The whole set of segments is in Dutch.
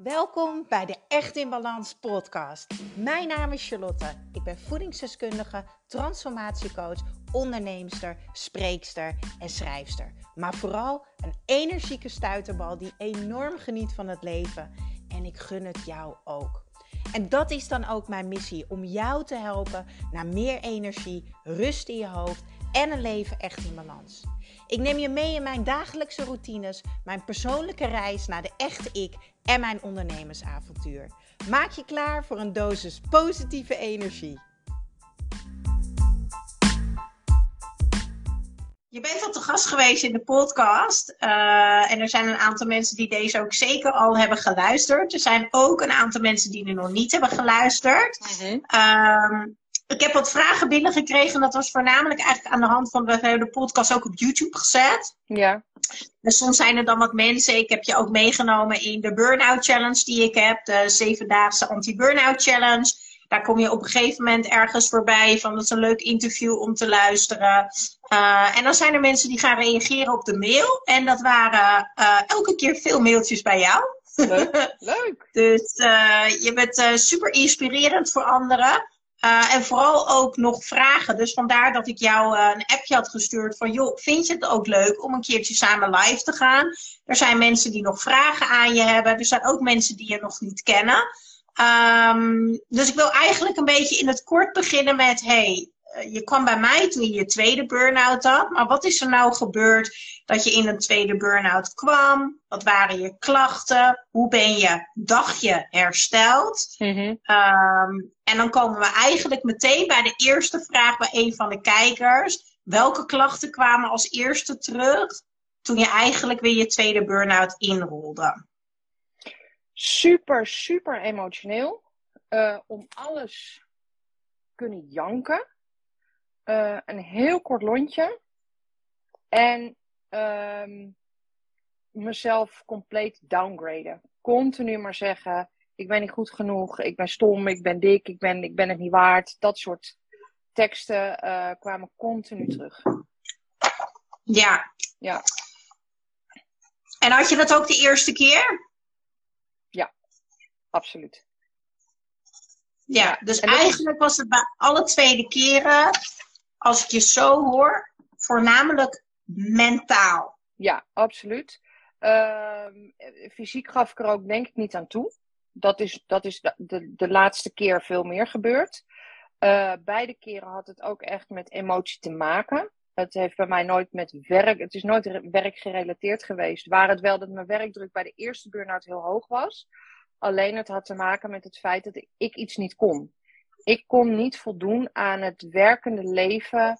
Welkom bij de Echt in Balans podcast. Mijn naam is Charlotte. Ik ben voedingsdeskundige, transformatiecoach, onderneemster, spreekster en schrijfster. Maar vooral een energieke stuiterbal die enorm geniet van het leven. En ik gun het jou ook. En dat is dan ook mijn missie, om jou te helpen naar meer energie, rust in je hoofd en een leven echt in balans. Ik neem je mee in mijn dagelijkse routines, mijn persoonlijke reis naar de echte ik en mijn ondernemersavontuur. Maak je klaar voor een dosis positieve energie. Je bent al te gast geweest in de podcast en er zijn een aantal mensen die deze ook zeker al hebben geluisterd. Er zijn ook een aantal mensen die er nog niet hebben geluisterd. Ik heb wat vragen binnengekregen. Dat was voornamelijk eigenlijk aan de hand van, we hebben de podcast ook op YouTube gezet. Ja. En soms zijn er dan wat mensen. Ik heb je ook meegenomen in de Burnout Challenge die ik heb. De 7-daagse Anti-Burnout Challenge. Daar kom je op een gegeven moment ergens voorbij van, dat is een leuk interview om te luisteren. En dan zijn er mensen die gaan reageren op de mail. En dat waren elke keer veel mailtjes bij jou. Leuk. Leuk. Dus je bent super inspirerend voor anderen. En vooral ook nog vragen. Dus vandaar dat ik jou een appje had gestuurd van, joh, vind je het ook leuk om een keertje samen live te gaan? Er zijn mensen die nog vragen aan je hebben. Er zijn ook mensen die je nog niet kennen. Dus ik wil eigenlijk een beetje in het kort beginnen met, je kwam bij mij toen je je tweede burn-out had. Maar wat is er nou gebeurd dat je in een tweede burn-out kwam? Wat waren je klachten? Hoe dacht je hersteld? Mm-hmm. En dan komen we eigenlijk meteen bij de eerste vraag bij een van de kijkers. Welke klachten kwamen als eerste terug toen je eigenlijk weer je tweede burn-out inrolde? Super, super emotioneel. Om alles kunnen janken. Een heel kort lontje. En mezelf compleet downgraden. Continu maar zeggen, ik ben niet goed genoeg, ik ben stom, ik ben dik, ik ben het niet waard. Dat soort teksten kwamen continu terug. Ja. Ja. En had je dat ook de eerste keer? Ja, absoluut. Ja, dus eigenlijk was het bij alle tweede keren, als ik je zo hoor, voornamelijk mentaal. Ja, absoluut. Fysiek gaf ik er ook denk ik niet aan toe. Dat is de laatste keer veel meer gebeurd. Beide keren had het ook echt met emotie te maken. Het heeft bij mij nooit met werk, het is nooit werkgerelateerd geweest. Waar het wel dat mijn werkdruk bij de eerste burn-out heel hoog was. Alleen het had te maken met het feit dat ik iets niet kon. Ik kon niet voldoen aan het werkende leven.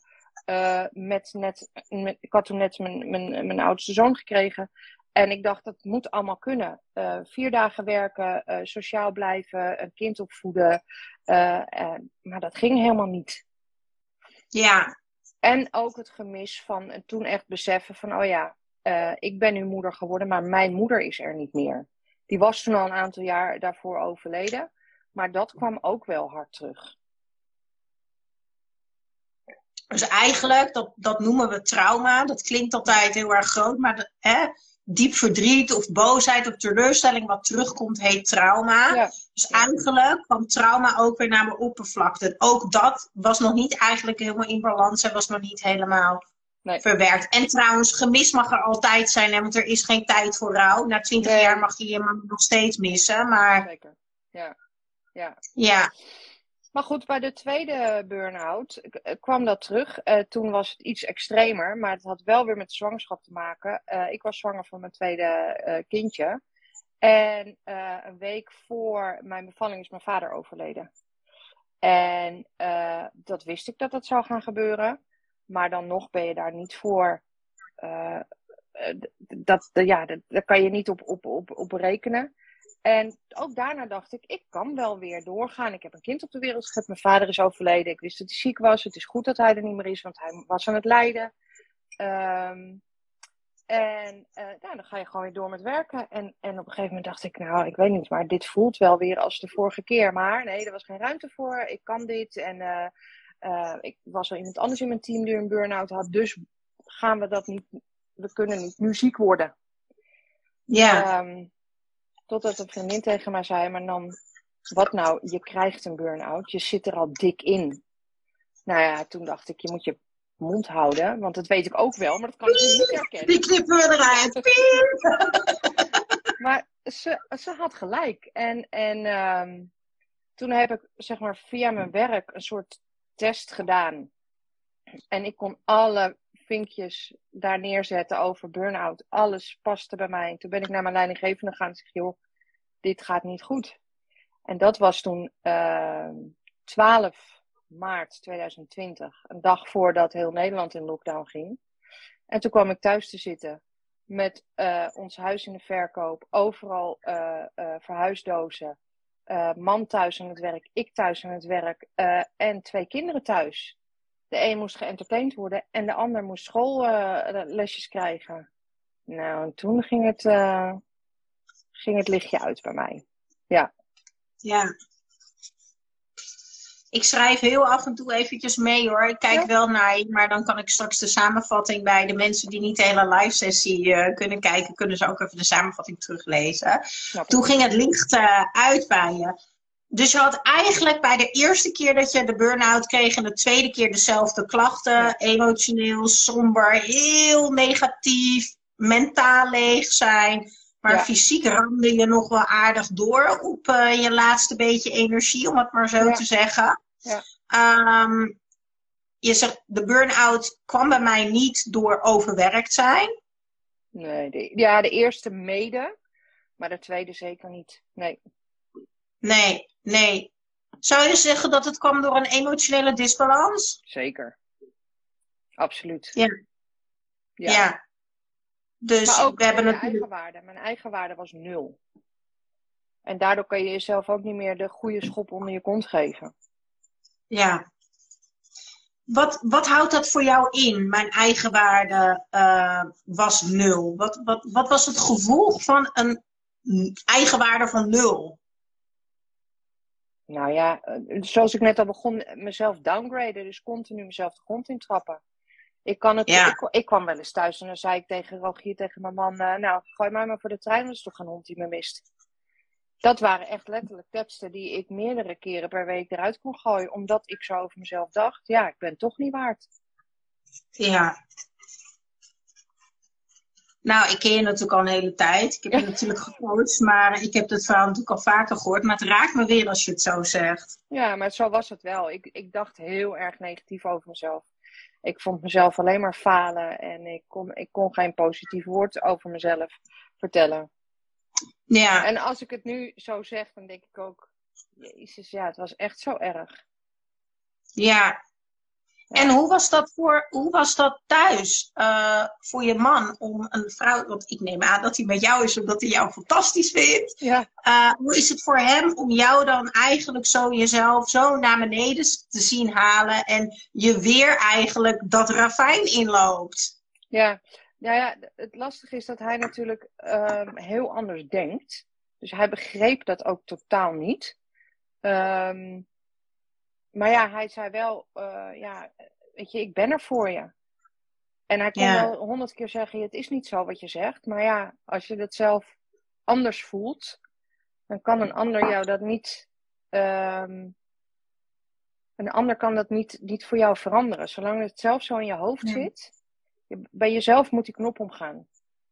Ik had toen net mijn oudste zoon gekregen. En ik dacht, dat moet allemaal kunnen. 4 dagen werken, sociaal blijven, een kind opvoeden. Maar dat ging helemaal niet. Ja. En ook het gemis van, en toen echt beseffen van, ik ben nu moeder geworden, maar mijn moeder is er niet meer. Die was toen al een aantal jaar daarvoor overleden. Maar dat kwam ook wel hard terug. Dus eigenlijk, dat noemen we trauma. Dat klinkt altijd heel erg groot. Maar diep verdriet of boosheid of teleurstelling wat terugkomt, heet trauma. Ja. Dus eigenlijk kwam trauma ook weer naar mijn oppervlakte. Ook dat was nog niet eigenlijk helemaal in balans. En was nog niet helemaal verwerkt. En trouwens, gemis mag er altijd zijn. Hè, want er is geen tijd voor rouw. Na 20 jaar mag je je man nog steeds missen. Maar... Zeker, ja. Ja. Maar goed, bij de tweede burn-out kwam dat terug. Toen was het iets extremer, maar het had wel weer met zwangerschap te maken. Ik was zwanger van mijn tweede kindje. En een week voor mijn bevalling is mijn vader overleden. En dat wist ik dat dat zou gaan gebeuren. Maar dan nog ben je daar niet voor. Daar kan je niet op rekenen. En ook daarna dacht ik kan wel weer doorgaan. Ik heb een kind op de wereld gezet. Mijn vader is overleden. Ik wist dat hij ziek was. Het is goed dat hij er niet meer is, want hij was aan het lijden. Dan ga je gewoon weer door met werken. En op een gegeven moment dacht ik, ik weet niet, maar dit voelt wel weer als de vorige keer. Maar nee, er was geen ruimte voor. Ik kan dit. En ik was al iemand anders in mijn team die een burn-out had. Dus gaan we dat niet. We kunnen niet nu ziek worden. Ja. Totdat een vriendin tegen mij zei, maar dan, wat nou, je krijgt een burn-out, je zit er al dik in. Nou ja, toen dacht ik, je moet je mond houden, want dat weet ik ook wel, maar dat kan ik dus niet herkennen. Die knippen we eruit. Maar ze had gelijk. En toen heb ik, zeg maar, via mijn werk een soort test gedaan. En ik kon alle vinkjes daar neerzetten over burn-out. Alles paste bij mij. En toen ben ik naar mijn leidinggevende gegaan en zeg, joh, dit gaat niet goed. En dat was toen 12 maart 2020. Een dag voordat heel Nederland in lockdown ging. En toen kwam ik thuis te zitten met ons huis in de verkoop. Overal verhuisdozen. Man thuis aan het werk, ik thuis aan het werk. En 2 kinderen thuis. De een moest geëntertained worden en de ander moest schoollesjes krijgen. Nou, en toen ging het lichtje uit bij mij. Ja. Ja. Ik schrijf heel af en toe eventjes mee hoor. Ik kijk wel naar je, maar dan kan ik straks de samenvatting bij de mensen die niet de hele live sessie kunnen kijken, kunnen ze ook even de samenvatting teruglezen. Toen ging het licht uit bij je. Dus je had eigenlijk bij de eerste keer dat je de burn-out kreeg en de tweede keer dezelfde klachten. Ja. Emotioneel, somber, heel negatief, mentaal leeg zijn. Maar fysiek ramde je nog wel aardig door op je laatste beetje energie, om het maar zo te zeggen. Ja. Je zegt, de burn-out kwam bij mij niet door overwerkt zijn. Nee, de eerste mede, maar de tweede zeker niet. Nee. Zou je zeggen dat het kwam door een emotionele disbalans? Zeker. Absoluut. Ja. Dus maar ook we hebben natuurlijk eigenwaarde. Mijn eigenwaarde was 0. En daardoor kan je jezelf ook niet meer de goede schop onder je kont geven. Ja. Wat houdt dat voor jou in? Mijn eigenwaarde was 0. Wat was het gevolg van een eigenwaarde van 0? Nou ja, zoals ik net al begon, mezelf downgraden. Dus continu mezelf de grond intrappen. Ik kwam wel eens thuis en dan zei ik tegen Rogier, tegen mijn man, nou, gooi mij maar voor de trein, dat is toch een hond die me mist. Dat waren echt letterlijk teksten die ik meerdere keren per week eruit kon gooien, omdat ik zo over mezelf dacht, ja, ik ben toch niet waard. Ja. Nou, ik ken je natuurlijk al een hele tijd. Ik heb je natuurlijk gecoacht, maar ik heb dit verhaal natuurlijk al vaker gehoord. Maar het raakt me weer als je het zo zegt. Ja, maar zo was het wel. Ik dacht heel erg negatief over mezelf. Ik vond mezelf alleen maar falen en ik kon geen positief woord over mezelf vertellen. Ja. En als ik het nu zo zeg, dan denk ik ook, jezus, ja, het was echt zo erg. Ja. En hoe was dat thuis voor je man om een vrouw, want ik neem aan dat hij met jou is omdat hij jou fantastisch vindt. Ja. Hoe is het voor hem om jou dan eigenlijk zo jezelf zo naar beneden te zien halen en je weer eigenlijk dat ravijn inloopt? Ja, nou ja, het lastige is dat hij natuurlijk heel anders denkt. Dus hij begreep dat ook totaal niet. Maar ja, hij zei wel, weet je, ik ben er voor je. En hij kon wel 100 keer zeggen, het is niet zo wat je zegt. Maar ja, als je dat zelf anders voelt, dan kan een ander jou dat niet... een ander kan dat niet voor jou veranderen. Zolang het zelf zo in je hoofd zit, bij jezelf moet die knop omgaan.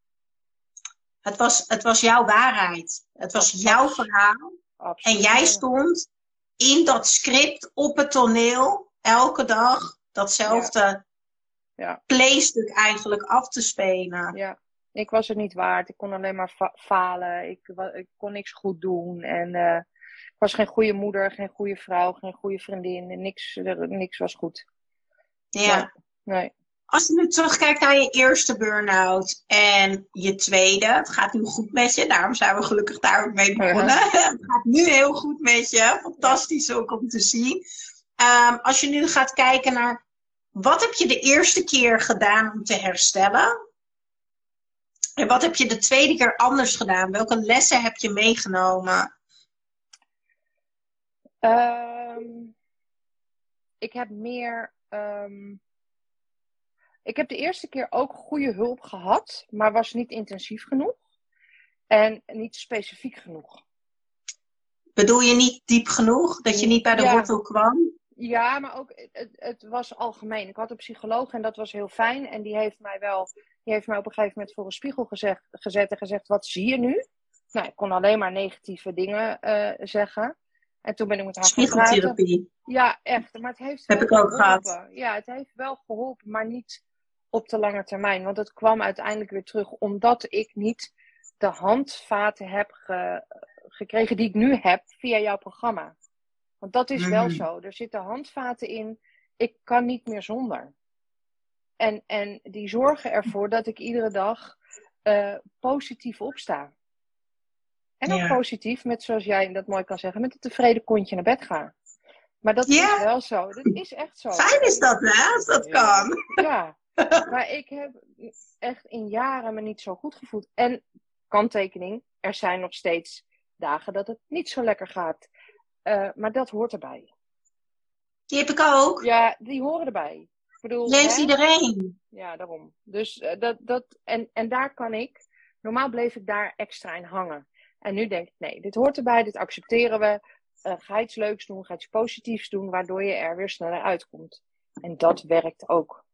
Het was jouw waarheid. Het was jouw verhaal. Absoluut. En jij stond in dat script op het toneel elke dag datzelfde playstuk eigenlijk af te spelen. Ja, ik was het niet waard. Ik kon alleen maar falen. Ik kon niks goed doen. En ik was geen goede moeder, geen goede vrouw, geen goede vriendin. En niks was goed. Ja. Nee. Als je nu terugkijkt naar je eerste burn-out en je tweede, het gaat nu goed met je, daarom zijn we gelukkig daar ook mee begonnen. Het gaat nu heel goed met je, fantastisch ook om te zien. Als je nu gaat kijken naar, wat heb je de eerste keer gedaan om te herstellen? En wat heb je de tweede keer anders gedaan? Welke lessen heb je meegenomen? Ik heb meer... Ik heb de eerste keer ook goede hulp gehad, maar was niet intensief genoeg. En niet specifiek genoeg. Bedoel je niet diep genoeg? Dat je niet bij de wortel kwam? Ja, maar ook het was algemeen. Ik had een psycholoog en dat was heel fijn. En die heeft mij op een gegeven moment voor een spiegel gezet en gezegd, wat zie je nu? Nou, ik kon alleen maar negatieve dingen zeggen. En toen ben ik met haar gaan praten. Spiegeltherapie. Ja, echt. Maar het heeft Heb wel ik ook geholpen. gehad. Ja, het heeft wel geholpen, maar niet op de lange termijn. Want het kwam uiteindelijk weer terug omdat ik niet de handvaten heb gekregen die ik nu heb via jouw programma. Want dat is wel zo. Er zitten handvaten in. Ik kan niet meer zonder. En die zorgen ervoor dat ik iedere dag positief opsta. En ook positief met, zoals jij dat mooi kan zeggen, met een tevreden kontje naar bed gaan. Maar dat is wel zo. Dat is echt zo. Fijn is dat, hè? Als dat kan. Ja. Maar ik heb echt in jaren me niet zo goed gevoeld. En, kanttekening, er zijn nog steeds dagen dat het niet zo lekker gaat. Maar dat hoort erbij. Die heb ik ook. Ja, die horen erbij. Ik bedoel, leeft iedereen. Ja, daarom. Dus en daar kan ik. Normaal bleef ik daar extra in hangen. En nu denk ik, nee, dit hoort erbij, dit accepteren we. Ga iets leuks doen, ga iets positiefs doen, waardoor je er weer sneller uitkomt. En dat werkt ook.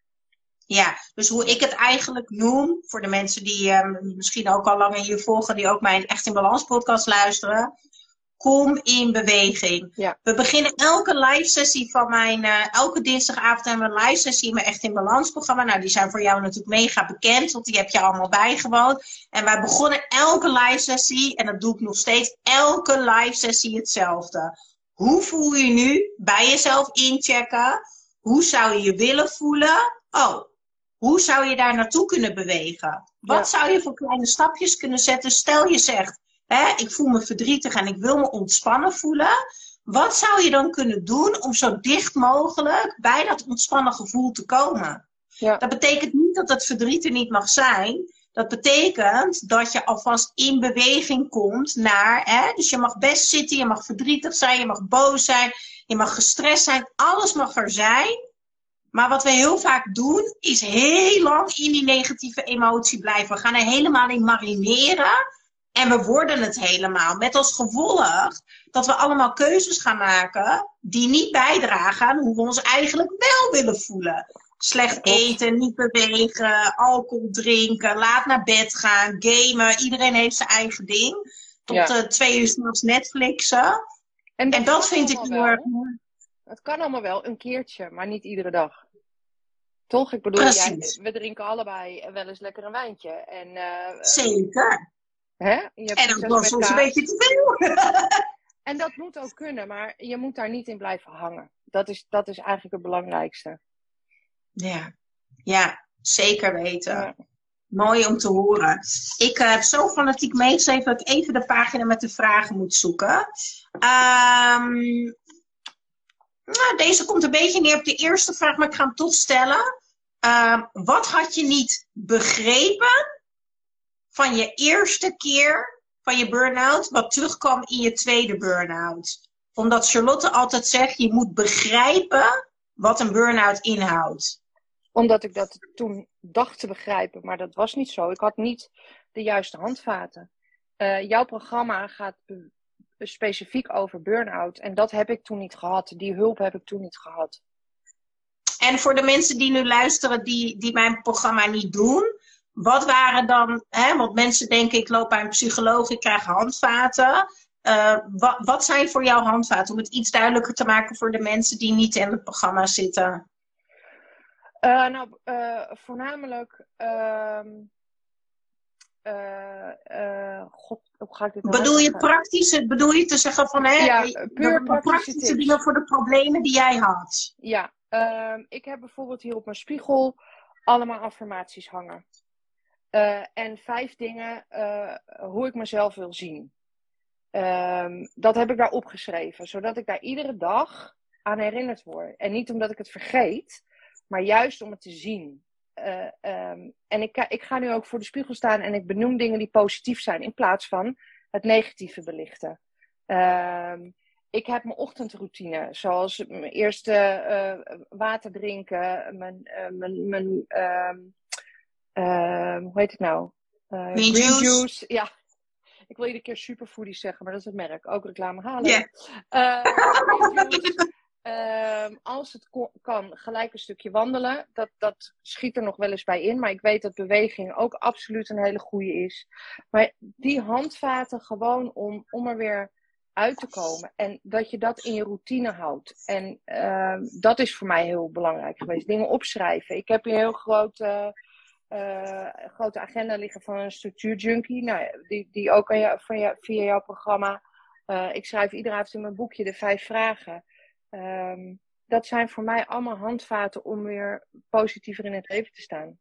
Ja, dus hoe ik het eigenlijk noem, voor de mensen die misschien ook al langer hier volgen, die ook mijn Echt in Balans podcast luisteren. Kom in beweging. Ja. We beginnen elke live sessie van elke dinsdagavond hebben we een live sessie in mijn Echt in Balans programma. Nou, die zijn voor jou natuurlijk mega bekend, want die heb je allemaal bijgewoond. En wij begonnen elke live sessie, en dat doe ik nog steeds, elke live sessie hetzelfde. Hoe voel je nu? Bij jezelf inchecken. Hoe zou je je willen voelen? Oh, hoe zou je daar naartoe kunnen bewegen? Wat zou je voor kleine stapjes kunnen zetten? Stel je zegt, ik voel me verdrietig en ik wil me ontspannen voelen. Wat zou je dan kunnen doen om zo dicht mogelijk bij dat ontspannen gevoel te komen? Ja. Dat betekent niet dat het verdriet er niet mag zijn. Dat betekent dat je alvast in beweging komt naar, dus je mag best zitten, je mag verdrietig zijn, je mag boos zijn, je mag gestrest zijn, alles mag er zijn. Maar wat we heel vaak doen, is heel lang in die negatieve emotie blijven. We gaan er helemaal in marineren. En we worden het helemaal. Met als gevolg dat we allemaal keuzes gaan maken die niet bijdragen aan hoe we ons eigenlijk wel willen voelen. Slecht eten, niet bewegen, alcohol drinken, laat naar bed gaan, gamen. Iedereen heeft zijn eigen ding. Tot 2 uur 's nachts Netflixen. En dat vind ik heel erg mooi. Het kan allemaal wel een keertje, maar niet iedere dag. Toch? Ik bedoel, we drinken allebei wel eens lekker een wijntje. En, zeker. Hè? En dat was soms een beetje te veel. En dat moet ook kunnen, maar je moet daar niet in blijven hangen. Dat is eigenlijk het belangrijkste. Ja, zeker weten. Ja. Mooi om te horen. Ik heb zo fanatiek meegeschreven dat ik even de pagina met de vragen moet zoeken. Nou, deze komt een beetje neer op de eerste vraag, maar ik ga hem toch stellen. Wat had je niet begrepen van je eerste keer van je burn-out, wat terugkwam in je tweede burn-out? Omdat Charlotte altijd zegt, je moet begrijpen wat een burn-out inhoudt. Omdat ik dat toen dacht te begrijpen, maar dat was niet zo. Ik had niet de juiste handvaten. Jouw programma gaat specifiek over burn-out. En dat heb ik toen niet gehad. Die hulp heb ik toen niet gehad. En voor de mensen die nu luisteren, die mijn programma niet doen. Wat waren dan, want mensen denken, ik loop bij een psycholoog, ik krijg handvaten. Wat zijn voor jou handvaten? Om het iets duidelijker te maken voor de mensen die niet in het programma zitten. Voornamelijk... God, hoe ga ik dit nou bedoel je praktische, bedoel je te zeggen van puur praktische dingen voor de problemen die jij had? Ja, ik heb bijvoorbeeld hier op mijn spiegel allemaal affirmaties hangen. En 5 dingen hoe ik mezelf wil zien. Dat heb ik daar opgeschreven, zodat ik daar iedere dag aan herinnerd word. En niet omdat ik het vergeet, maar juist om het te zien. En ik ga nu ook voor de spiegel staan en ik benoem dingen die positief zijn in plaats van het negatieve belichten. Ik heb mijn ochtendroutine, zoals mijn eerste water drinken, hoe heet het nou? Green juice. Ja, Ik wil iedere keer superfoodies zeggen, maar dat is het merk. Ook reclame halen. Ja. Reviews. Als het kan, gelijk een stukje wandelen. Dat schiet er nog wel eens bij in. Maar ik weet dat beweging ook absoluut een hele goede is. Maar die handvaten gewoon om er weer uit te komen. En dat je dat in je routine houdt. En dat is voor mij heel belangrijk geweest. Dingen opschrijven. Ik heb hier een heel grote agenda liggen van een structuurjunkie. Nou, die ook via jouw programma. Ik schrijf iedere avond in mijn boekje de 5 vragen. Dat zijn voor mij allemaal handvaten om weer positiever in het leven te staan.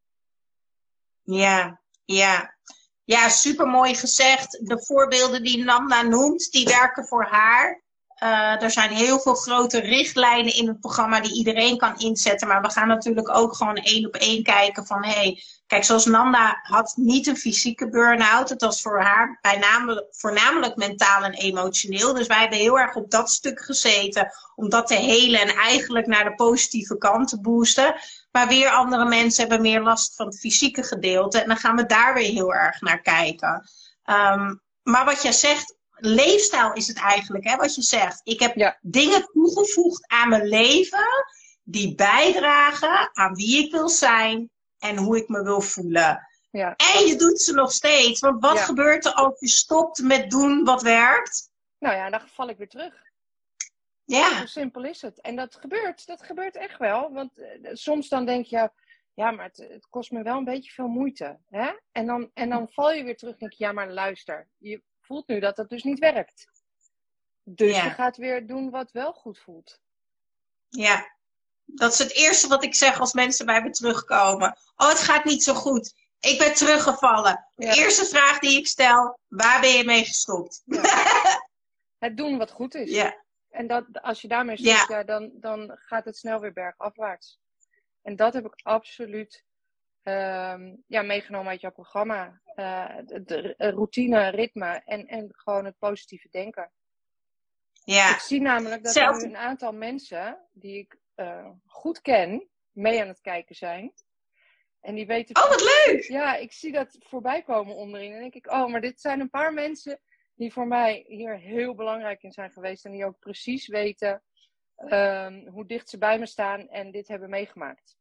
Ja, supermooi gezegd. De voorbeelden die Nanda noemt, die werken voor haar. Er zijn heel veel grote richtlijnen in het programma die iedereen kan inzetten. Maar we gaan natuurlijk ook gewoon 1-op-1 kijken van... Kijk, zoals Nanda had niet een fysieke burn-out. Het was voor haar voornamelijk mentaal en emotioneel. Dus wij hebben heel erg op dat stuk gezeten. Om dat te helen en eigenlijk naar de positieve kant te boosten. Maar weer andere mensen hebben meer last van het fysieke gedeelte. En dan gaan we daar weer heel erg naar kijken. Maar wat jij zegt... Leefstijl is het eigenlijk, hè, wat je zegt. Ik heb dingen toegevoegd aan mijn leven die bijdragen aan wie ik wil zijn en hoe ik me wil voelen. Ja. En je doet ze nog steeds. Want wat gebeurt er als je stopt met doen wat werkt? Nou ja, dan val ik weer terug. Ja. Zo simpel is het. En dat gebeurt echt wel. Want soms dan denk je, ja, maar het kost me wel een beetje veel moeite. Hè? En dan val je weer terug en denk je, ja, maar luister, je voelt nu dat het dus niet werkt. Dus je gaat weer doen wat wel goed voelt. Ja, dat is het eerste wat ik zeg als mensen bij me terugkomen. Oh, het gaat niet zo goed. Ik ben teruggevallen. De eerste vraag die ik stel, waar ben je mee gestopt? Ja. Het doen wat goed is. Ja. En als je daarmee stopt, dan gaat het snel weer bergafwaarts. En dat heb ik absoluut meegenomen uit jouw programma. De routine, ritme en gewoon het positieve denken. Ja. Ik zie namelijk dat er nu een aantal mensen die ik goed ken, mee aan het kijken zijn. En die weten... Oh, wat leuk! Ja, ik zie dat voorbij komen onderin. En dan denk ik, oh, maar dit zijn een paar mensen die voor mij hier heel belangrijk in zijn geweest. En die ook precies weten hoe dicht ze bij me staan en dit hebben meegemaakt.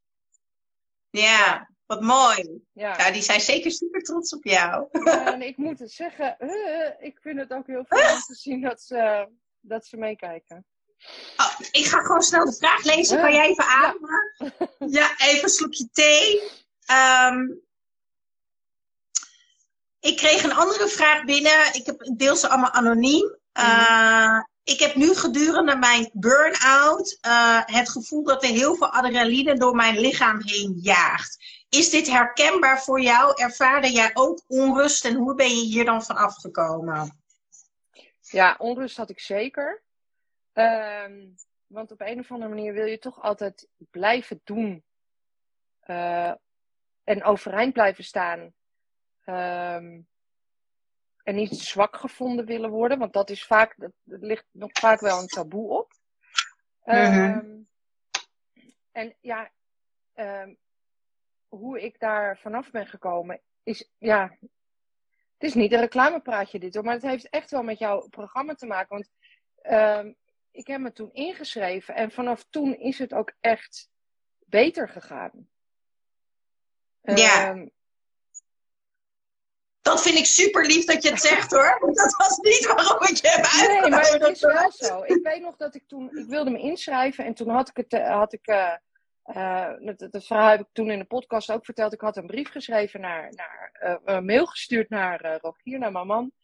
Ja, wat mooi. Ja. Nou, die zijn zeker super trots op jou. En ik moet het zeggen, ik vind het ook heel fijn om te zien dat ze meekijken. Oh, ik ga gewoon snel de vraag lezen. Kan jij even ademen? Ja, even een slokje thee. Ik kreeg een andere vraag binnen. Ik deel ze allemaal anoniem. Ik heb nu gedurende mijn burn-out het gevoel dat er heel veel adrenaline door mijn lichaam heen jaagt. Is dit herkenbaar voor jou? Ervaarde jij ook onrust en hoe ben je hier dan van afgekomen? Ja, onrust had ik zeker. Want op een of andere manier wil je toch altijd blijven doen. En overeind blijven staan. En niet zwak gevonden willen worden. Want dat is vaak, dat ligt nog vaak wel een taboe op. En ja, hoe ik daar vanaf ben gekomen is, ja, het is niet een reclamepraatje dit hoor. Maar het heeft echt wel met jouw programma te maken. Want ik heb me toen ingeschreven. En vanaf toen is het ook echt beter gegaan. Ja. Dat vind ik super lief dat je het zegt hoor. Want dat was niet waarom ik je heb uitgenodigd. Nee, maar het is wel zo. Ik weet nog dat ik wilde me inschrijven. En toen dat verhaal heb ik toen in de podcast ook verteld. Ik had een brief geschreven een mail gestuurd naar Rogier, naar mijn man.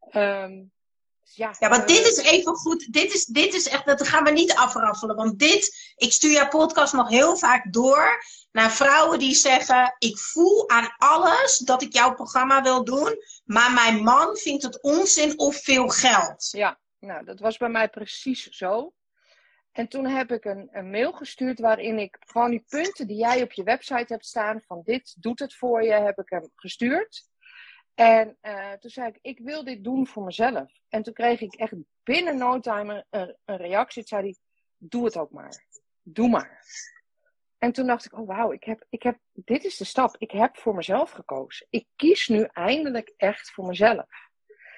Maar dit is even goed. Dit is echt, dat gaan we niet afraffelen. Want ik stuur jouw podcast nog heel vaak door naar vrouwen die zeggen, ik voel aan alles dat ik jouw programma wil doen, maar mijn man vindt het onzin of veel geld. Ja, nou dat was bij mij precies zo. En toen heb ik een mail gestuurd waarin ik gewoon die punten die jij op je website hebt staan, van dit doet het voor je, heb ik hem gestuurd. En toen zei ik wil dit doen voor mezelf. En toen kreeg ik echt binnen no time een reactie. Toen zei hij, doe het ook maar. Doe maar. En toen dacht ik, oh wauw, dit is de stap. Ik heb voor mezelf gekozen. Ik kies nu eindelijk echt voor mezelf.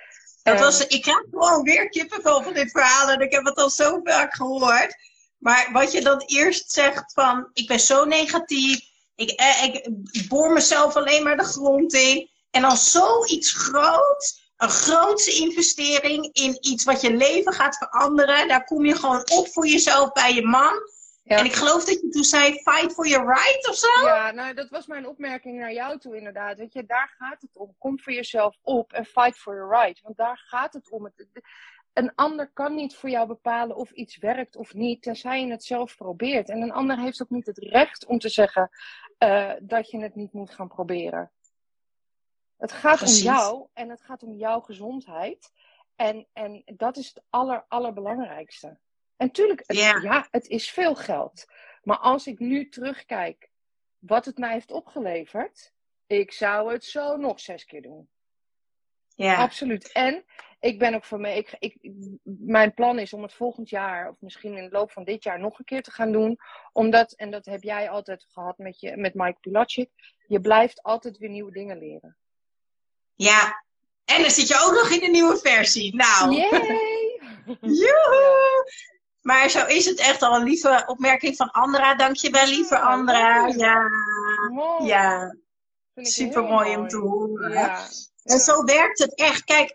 Ik krijg gewoon weer kippenvel van dit verhaal en ik heb het al zo vaak gehoord. Maar wat je dan eerst zegt van, ik ben zo negatief, ik boor mezelf alleen maar de grond in. En dan zoiets groots, een grootse investering in iets wat je leven gaat veranderen. Daar kom je gewoon op voor jezelf bij je man. Ja. En ik geloof dat je toen zei, fight for your right of zo? Ja, nou dat was mijn opmerking naar jou toe inderdaad. Weet je, daar gaat het om. Kom voor jezelf op en fight for your right. Want daar gaat het om. Een ander kan niet voor jou bepalen of iets werkt of niet, tenzij je het zelf probeert. En een ander heeft ook niet het recht om te zeggen dat je het niet moet gaan proberen. Het gaat om jou en het gaat om jouw gezondheid. En dat is het allerbelangrijkste. En tuurlijk, het is veel geld. Maar als ik nu terugkijk wat het mij heeft opgeleverd, ik zou het zo nog 6 keer doen. Ja. Absoluut. En ik ben ook voor mij, mijn plan is om het volgend jaar, of misschien in de loop van dit jaar, nog een keer te gaan doen. Omdat, en dat heb jij altijd gehad met Mike Pilatschik, je blijft altijd weer nieuwe dingen leren. Ja, en dan zit je ook nog in de nieuwe versie. Nou. Yay! Joehoe! Maar zo is het echt al een lieve opmerking van Andra. Dankjewel, lieve Andra. Ja, mooi. Ja. Super mooi om te horen. Ja. En zo werkt het echt. Kijk,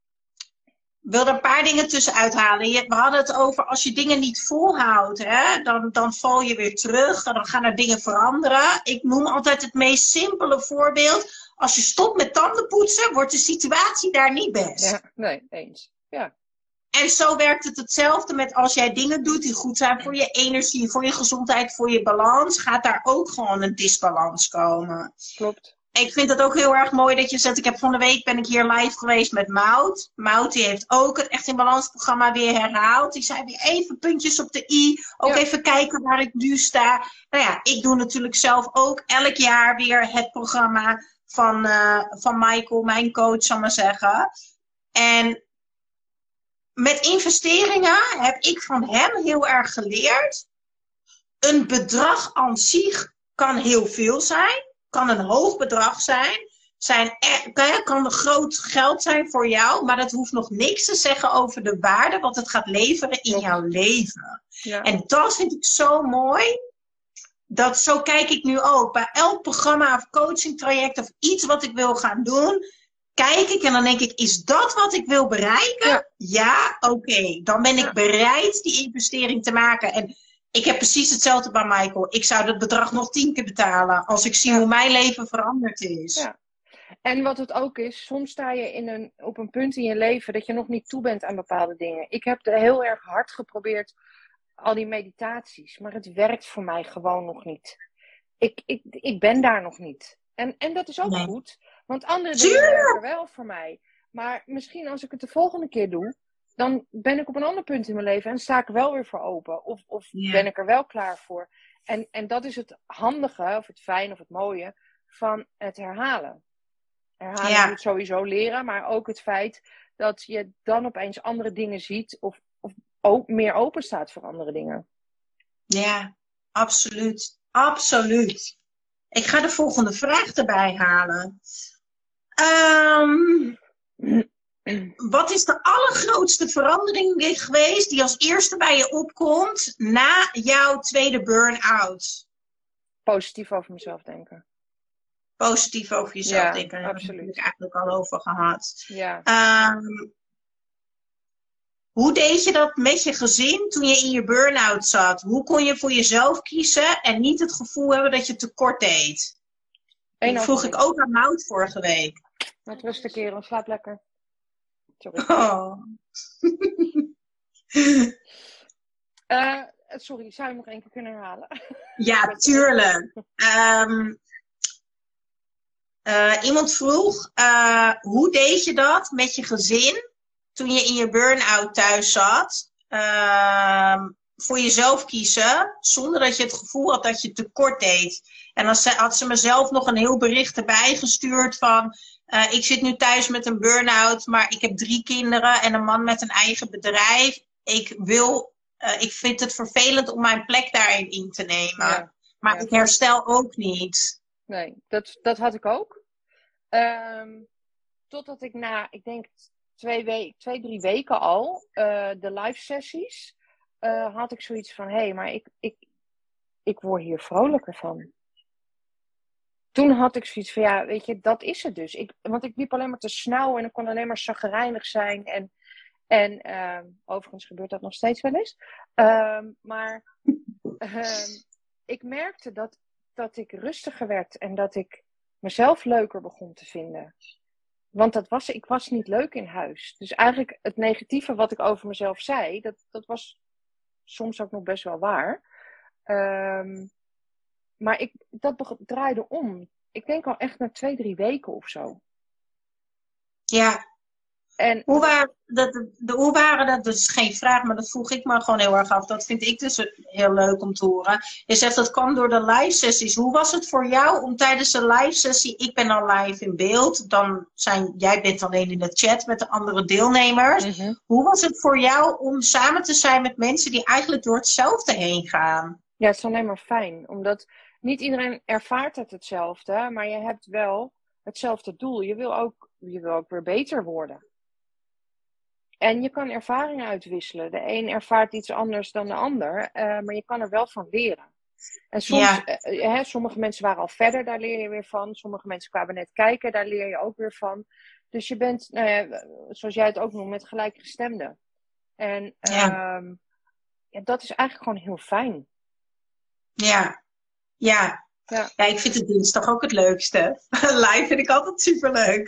ik wil er een paar dingen tussenuit halen. We hadden het over als je dingen niet volhoudt, hè, dan val je weer terug. Dan gaan er dingen veranderen. Ik noem altijd het meest simpele voorbeeld. Als je stopt met tandenpoetsen, wordt de situatie daar niet best. Ja, nee, eens. Ja. En zo werkt het hetzelfde met als jij dingen doet die goed zijn voor je energie, voor je gezondheid, voor je balans, gaat daar ook gewoon een disbalans komen. Klopt. Ik vind het ook heel erg mooi dat je zegt, van de week ben ik hier live geweest met Maud. Maud die heeft ook het Echt in Balans programma weer herhaald. Die zei weer even puntjes op de i. Ook even kijken waar ik nu sta. Nou ja, ik doe natuurlijk zelf ook elk jaar weer het programma van Michael, mijn coach, zal ik maar zeggen. En met investeringen heb ik van hem heel erg geleerd. Een bedrag aan zich kan heel veel zijn. Kan een hoog bedrag zijn. Kan groot geld zijn voor jou. Maar dat hoeft nog niks te zeggen over de waarde wat het gaat leveren in jouw leven. Ja. En dat vind ik zo mooi. Zo kijk ik nu ook. Bij elk programma of coaching traject of iets wat ik wil gaan doen. Kijk ik en dan denk ik, is dat wat ik wil bereiken? Ja, oké. Dan ben ik bereid die investering te maken. En ik heb precies hetzelfde bij Michael. Ik zou dat bedrag nog 10 keer betalen. Als ik zie hoe mijn leven veranderd is. Ja. En wat het ook is, soms sta je op een punt in je leven dat je nog niet toe bent aan bepaalde dingen. Ik heb heel erg hard geprobeerd, al die meditaties. Maar het werkt voor mij gewoon nog niet. Ik ben daar nog niet. En dat is ook goed. Want andere dingen werken wel voor mij. Maar misschien als ik het de volgende keer doe, dan ben ik op een ander punt in mijn leven en sta ik wel weer voor open. Of ben ik er wel klaar voor. En dat is het handige, of het fijne, of het mooie van het herhalen. Herhalen moet sowieso leren, maar ook het feit dat je dan opeens andere dingen ziet of meer open staat voor andere dingen. Ja, absoluut. Absoluut. Ik ga de volgende vraag erbij halen. Wat is de allergrootste verandering geweest die als eerste bij je opkomt na jouw tweede burn-out? Positief over mezelf denken. Positief over jezelf denken. Daar absoluut. heb ik eigenlijk al over gehad. Ja. Hoe deed je dat met je gezin toen je in je burn-out zat? Hoe kon je voor jezelf kiezen en niet het gevoel hebben dat je tekort deed? Dat vroeg ik ook aan Maud vorige week. Met rust kerel, slaap lekker. Sorry. Oh. Sorry, zou je nog 1 keer kunnen herhalen? Ja, tuurlijk. Iemand vroeg, hoe deed je dat met je gezin toen je in je burn-out thuis zat? Voor jezelf kiezen, zonder dat je het gevoel had dat je tekort deed. En dan had ze mezelf nog een heel bericht erbij gestuurd van, ik zit nu thuis met een burn-out, maar ik heb 3 kinderen en een man met een eigen bedrijf. Ik vind het vervelend om mijn plek daarin in te nemen. Maar ik herstel ook niet. Nee, dat had ik ook. Totdat ik ik denk 2, 3 weken al, de live sessies, had ik zoiets van, hé, maar ik word hier vrolijker van. Toen had ik zoiets van, ja, weet je, dat is het dus. Want ik liep alleen maar te snauwen en ik kon alleen maar chagrijnig zijn. En overigens gebeurt dat nog steeds wel eens. Maar ik merkte dat ik rustiger werd en dat ik mezelf leuker begon te vinden. Want ik was niet leuk in huis. Dus eigenlijk het negatieve wat ik over mezelf zei, dat was soms ook nog best wel waar. Maar dat draaide om. Ik denk al echt na 2, 3 weken of zo. Ja. En Hoe waren dat? Dat is geen vraag, maar dat vroeg ik me gewoon heel erg af. Dat vind ik dus heel leuk om te horen. Je zegt dat kwam door de live sessies. Hoe was het voor jou om tijdens de live sessie, ik ben al live in beeld, jij bent alleen in de chat met de andere deelnemers. Hoe was het voor jou om samen te zijn met mensen die eigenlijk door hetzelfde heen gaan? Ja, het is alleen maar fijn. Omdat niet iedereen ervaart hetzelfde, maar je hebt wel hetzelfde doel. Je wil ook weer beter worden. En je kan ervaringen uitwisselen. De een ervaart iets anders dan de ander, maar je kan er wel van leren. En soms, sommige mensen waren al verder, daar leer je weer van. Sommige mensen kwamen net kijken, daar leer je ook weer van. Dus je bent, zoals jij het ook noemt, met gelijkgestemden. En dat is eigenlijk gewoon heel fijn. Ja, ik vind het dinsdag ook het leukste. Live vind ik altijd superleuk.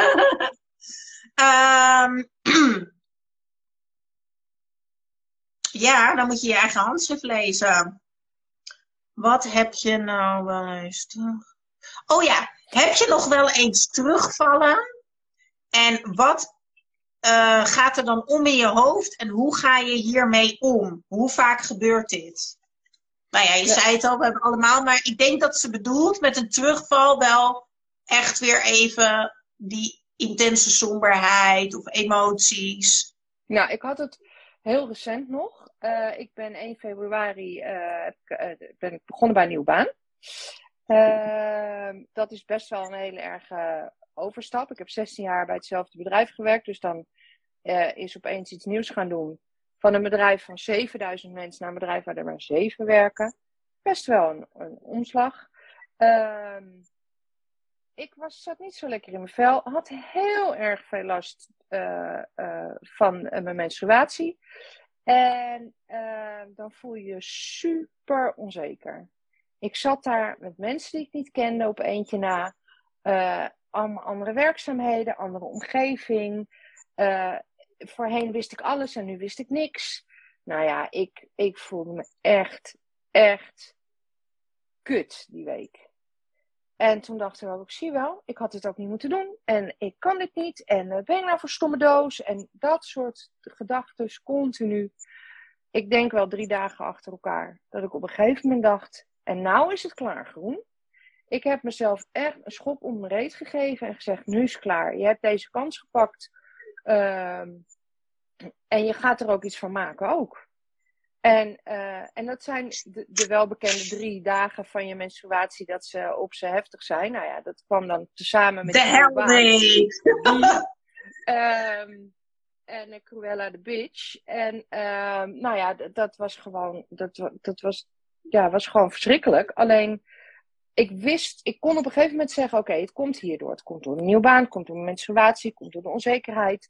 Ja, dan moet je je eigen handschrift lezen. Wat heb je nou wel eens terug? Oh ja, heb je nog wel eens terugvallen? En wat gaat er dan om in je hoofd? En hoe ga je hiermee om? Hoe vaak gebeurt dit? Nou ja, je zei het al, we hebben allemaal. Maar ik denk dat ze bedoelt met een terugval wel echt weer even die intense somberheid of emoties. Nou, ik had het heel recent nog. Ik ben 1 februari ben ik begonnen bij een nieuwe baan. Dat is best wel een hele erge overstap. Ik heb 16 jaar bij hetzelfde bedrijf gewerkt. Dus dan is opeens iets nieuws gaan doen. Van een bedrijf van 7000 mensen naar een bedrijf waar er maar 7 werken. Best wel een omslag. Ik zat niet zo lekker in mijn vel. Had heel erg veel last van mijn menstruatie. En dan voel je je super onzeker. Ik zat daar met mensen die ik niet kende op eentje na. Allemaal andere werkzaamheden, andere omgeving. Voorheen wist ik alles en nu wist ik niks. Nou ja, ik voelde me echt kut die week. En toen dacht ik ook, zie wel, ik had dit ook niet moeten doen. En ik kan dit niet. En ben ik nou voor stomme doos? En dat soort gedachten continu. Ik denk wel 3 dagen achter elkaar. Dat ik op een gegeven moment dacht, en nou is het klaar, Groen. Ik heb mezelf echt een schop om mijn reet gegeven en gezegd, nu is het klaar. Je hebt deze kans gepakt. En je gaat er ook iets van maken ook. En dat zijn de welbekende 3 dagen van je menstruatie dat ze op ze heftig zijn. Nou ja, dat kwam dan tezamen met de Hell en Cruella de Bitch. En nou ja, dat was gewoon, was gewoon verschrikkelijk. Alleen, ik kon op een gegeven moment zeggen, oké, het komt hierdoor. Het komt door een nieuwe baan, het komt door mijn menstruatie, het komt door de onzekerheid.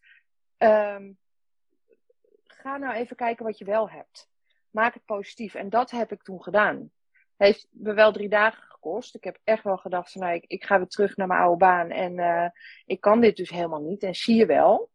Ga nou even kijken wat je wel hebt. Maak het positief. En dat heb ik toen gedaan. Heeft me wel 3 dagen gekost. Ik heb echt wel gedacht van, nou, ik ga weer terug naar mijn oude baan. En ik kan dit dus helemaal niet. En zie je wel.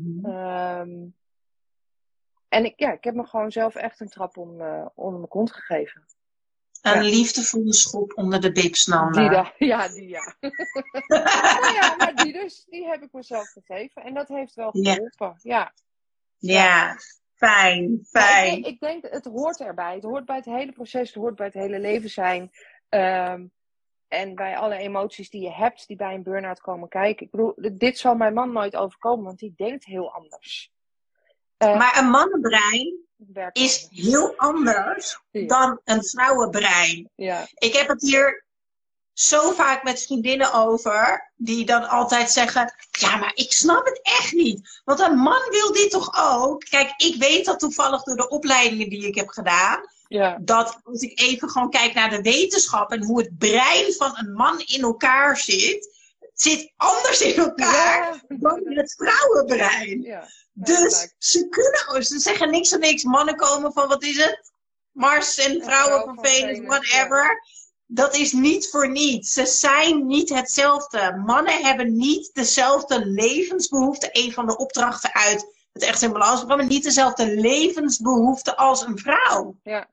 En ik heb me gewoon zelf echt een trap onder mijn kont gegeven. Een liefdevolle schop onder de bibs nam. Die ja. Nou ja, maar die heb ik mezelf gegeven. En dat heeft wel geholpen. Ja. Fijn. Ik denk, het hoort erbij. Het hoort bij het hele proces. Het hoort bij het hele leven zijn. En bij alle emoties die je hebt, die bij een burn-out komen kijken. Ik bedoel, dit zal mijn man nooit overkomen, want die denkt heel anders. Maar een mannenbrein is heel anders dan een vrouwenbrein. Ja. Ik heb het hier zo vaak met vriendinnen over, die dan altijd zeggen, ja, maar ik snap het echt niet. Want een man wil dit toch ook? Kijk, ik weet dat toevallig door de opleidingen die ik heb gedaan, dat als ik even gewoon kijk naar de wetenschap en hoe het brein van een man in elkaar zit anders in elkaar dan in het vrouwenbrein. Ja. Dus ze zeggen niks en niks. Mannen komen van, wat is het? Mars en vrouwen van Venus, whatever. Ja. Dat is niet voor niets. Ze zijn niet hetzelfde. Mannen hebben niet dezelfde levensbehoeften. Een van de opdrachten uit het Echt in Balans programma. Niet dezelfde levensbehoeften als een vrouw. Ja.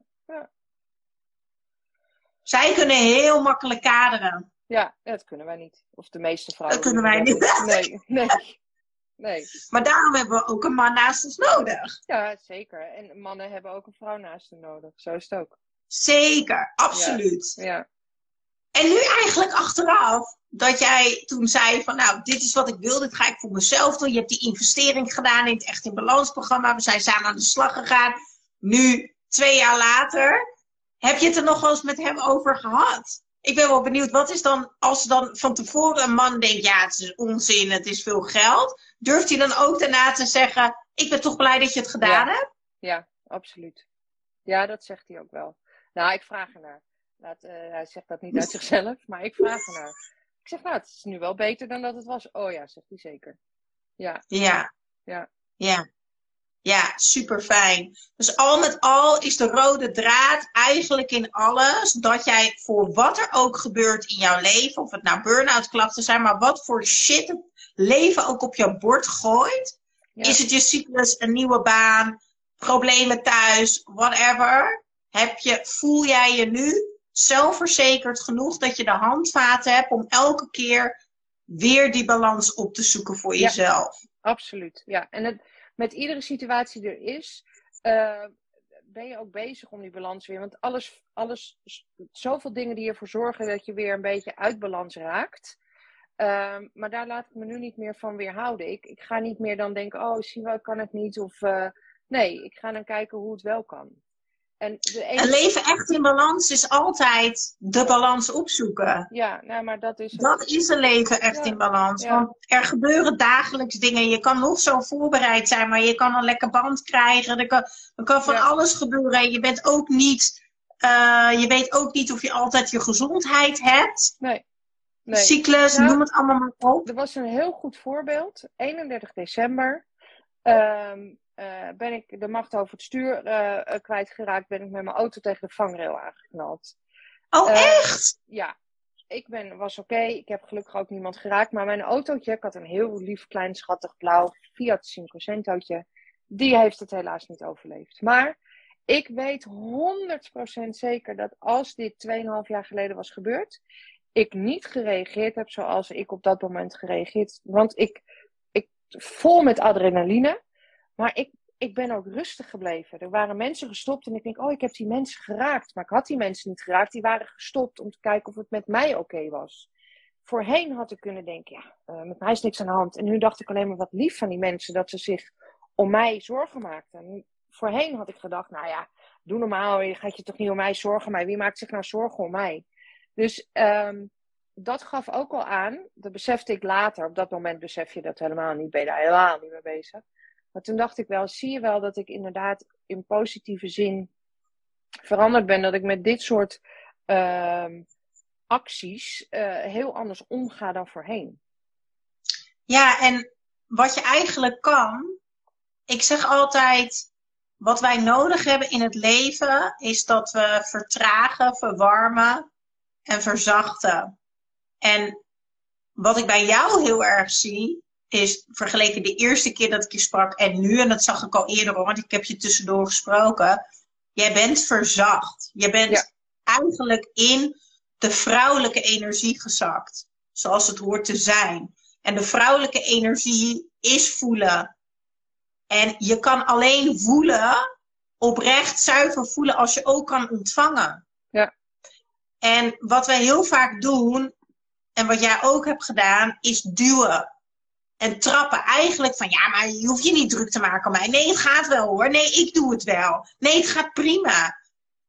Zij kunnen heel makkelijk kaderen. Ja, dat kunnen wij niet. Of de meeste vrouwen. Dat kunnen wij niet. Nee. Maar daarom hebben we ook een man naast ons nodig. Ja, zeker. En mannen hebben ook een vrouw naast hen nodig. Zo is het ook. Zeker, absoluut. Ja. En nu eigenlijk achteraf, dat jij toen zei van, nou, dit is wat ik wil, dit ga ik voor mezelf doen. Je hebt die investering gedaan in het Echt in Balans programma. We zijn samen aan de slag gegaan. Nu, 2 jaar later, heb je het er nog wel eens met hem over gehad? Ik ben wel benieuwd, wat is dan, als dan van tevoren een man denkt, ja, het is onzin, het is veel geld. Durft hij dan ook daarna te zeggen, ik ben toch blij dat je het gedaan hebt? Ja, absoluut. Ja, dat zegt hij ook wel. Nou, ik vraag ernaar. Hij zegt dat niet uit zichzelf, maar ik vraag ernaar. Ik zeg, nou, het is nu wel beter dan dat het was. Oh ja, zegt hij zeker. Ja, super fijn. Dus al met al is de rode draad eigenlijk in alles dat jij voor wat er ook gebeurt in jouw leven, of het nou burn-out klachten zijn, maar wat voor shit het leven ook op jouw bord gooit. Ja. Is het je cyclus, een nieuwe baan, problemen thuis, whatever. Voel jij je nu zelfverzekerd genoeg dat je de handvaten hebt om elke keer weer die balans op te zoeken voor jezelf? Absoluut, ja. En met iedere situatie die er is, ben je ook bezig om die balans weer. Want alles, zoveel dingen die ervoor zorgen dat je weer een beetje uit balans raakt. Maar daar laat ik me nu niet meer van weerhouden. Ik ga niet meer dan denken, oh, zie wel, ik kan het niet. Of nee, ik ga dan kijken hoe het wel kan. En een leven echt in balans is altijd de balans opzoeken. Ja, nou, maar dat is het. Dat is een leven echt in balans. Ja. Want er gebeuren dagelijks dingen. Je kan nog zo voorbereid zijn, maar je kan een lekker band krijgen. Er kan van alles gebeuren. Je bent ook niet, je weet ook niet of je altijd je gezondheid hebt. Nee. Cyclus, noem het allemaal maar op. Er was een heel goed voorbeeld. 31 december. Ben ik de macht over het stuur kwijtgeraakt, ben ik met mijn auto tegen de vangrail aangeknald. Oh, echt? Ja, was oké. Ik heb gelukkig ook niemand geraakt. Maar mijn autootje, ik had een heel lief, klein, schattig blauw Fiat Cinquecentootje. Die heeft het helaas niet overleefd. Maar ik weet 100% zeker dat als dit 2,5 jaar geleden was gebeurd, ik niet gereageerd heb zoals ik op dat moment gereageerd. Want ik vol met adrenaline. Maar ik ben ook rustig gebleven. Er waren mensen gestopt en ik denk, oh, ik heb die mensen geraakt. Maar ik had die mensen niet geraakt. Die waren gestopt om te kijken of het met mij oké was. Voorheen had ik kunnen denken, ja, met mij is niks aan de hand. En nu dacht ik alleen maar wat lief van die mensen, dat ze zich om mij zorgen maakten. En voorheen had ik gedacht, nou ja, doe normaal. Je gaat je toch niet om mij zorgen. Maar wie maakt zich nou zorgen om mij? Dus dat gaf ook al aan. Dat besefte ik later. Op dat moment besef je dat helemaal niet. Ben je daar helemaal niet mee bezig. Maar toen dacht ik wel, zie je wel dat ik inderdaad in positieve zin veranderd ben. Dat ik met dit soort acties heel anders omga dan voorheen. Ja, en wat je eigenlijk kan. Ik zeg altijd, wat wij nodig hebben in het leven is dat we vertragen, verwarmen en verzachten. En wat ik bij jou heel erg zie, is vergeleken de eerste keer dat ik je sprak en nu, en dat zag ik al eerder hoor, want ik heb je tussendoor gesproken. Jij bent verzacht. Je bent eigenlijk in de vrouwelijke energie gezakt. Zoals het hoort te zijn. En de vrouwelijke energie is voelen. En je kan alleen voelen, oprecht zuiver voelen, als je ook kan ontvangen. Ja. En wat wij heel vaak doen, en wat jij ook hebt gedaan, is duwen. En trappen. Eigenlijk van, ja, maar je hoeft je niet druk te maken om mij. Nee, het gaat wel hoor. Nee, ik doe het wel. Nee, het gaat prima.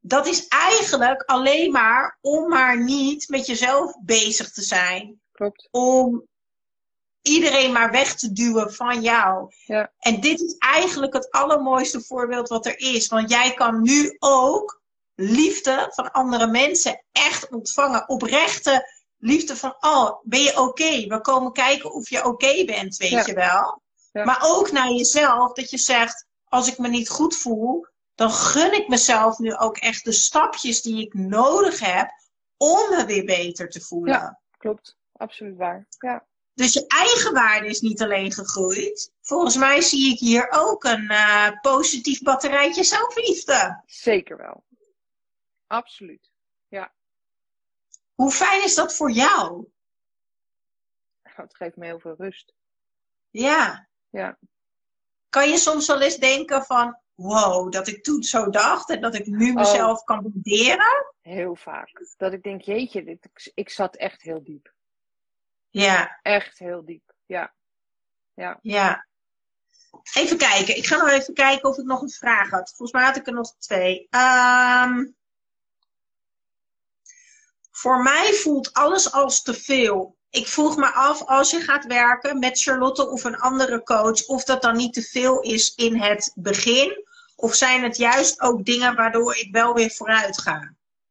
dat is eigenlijk alleen maar om maar niet met jezelf bezig te zijn. Klopt. Om iedereen maar weg te duwen van jou. Ja. En dit is eigenlijk het allermooiste voorbeeld wat er is. Want jij kan nu ook liefde van andere mensen echt ontvangen. Oprechte liefde van, oh, ben je oké? We komen kijken of je oké bent, weet je wel. Ja. Maar ook naar jezelf, dat je zegt, als ik me niet goed voel, dan gun ik mezelf nu ook echt de stapjes die ik nodig heb om me weer beter te voelen. Ja, klopt. Absoluut waar. Ja. Dus je eigen waarde is niet alleen gegroeid. Volgens mij zie ik hier ook een positief batterijtje zelfliefde. Zeker wel. Absoluut. Ja. Hoe fijn is dat voor jou? Het geeft me heel veel rust. Ja. Ja. Kan je soms wel eens denken van, wow, dat ik toen zo dacht en dat ik nu mezelf kan waarderen? Heel vaak. Dat ik denk, jeetje, ik zat echt heel diep. Ja. Echt heel diep. Ja. Ja. Ja. Even kijken. Ik ga nog even kijken of ik nog een vraag had. Volgens mij had ik er nog 2. Voor mij voelt alles als te veel. Ik vroeg me af, als je gaat werken met Charlotte of een andere coach, of dat dan niet te veel is in het begin. Of zijn het juist ook dingen waardoor ik wel weer vooruit ga?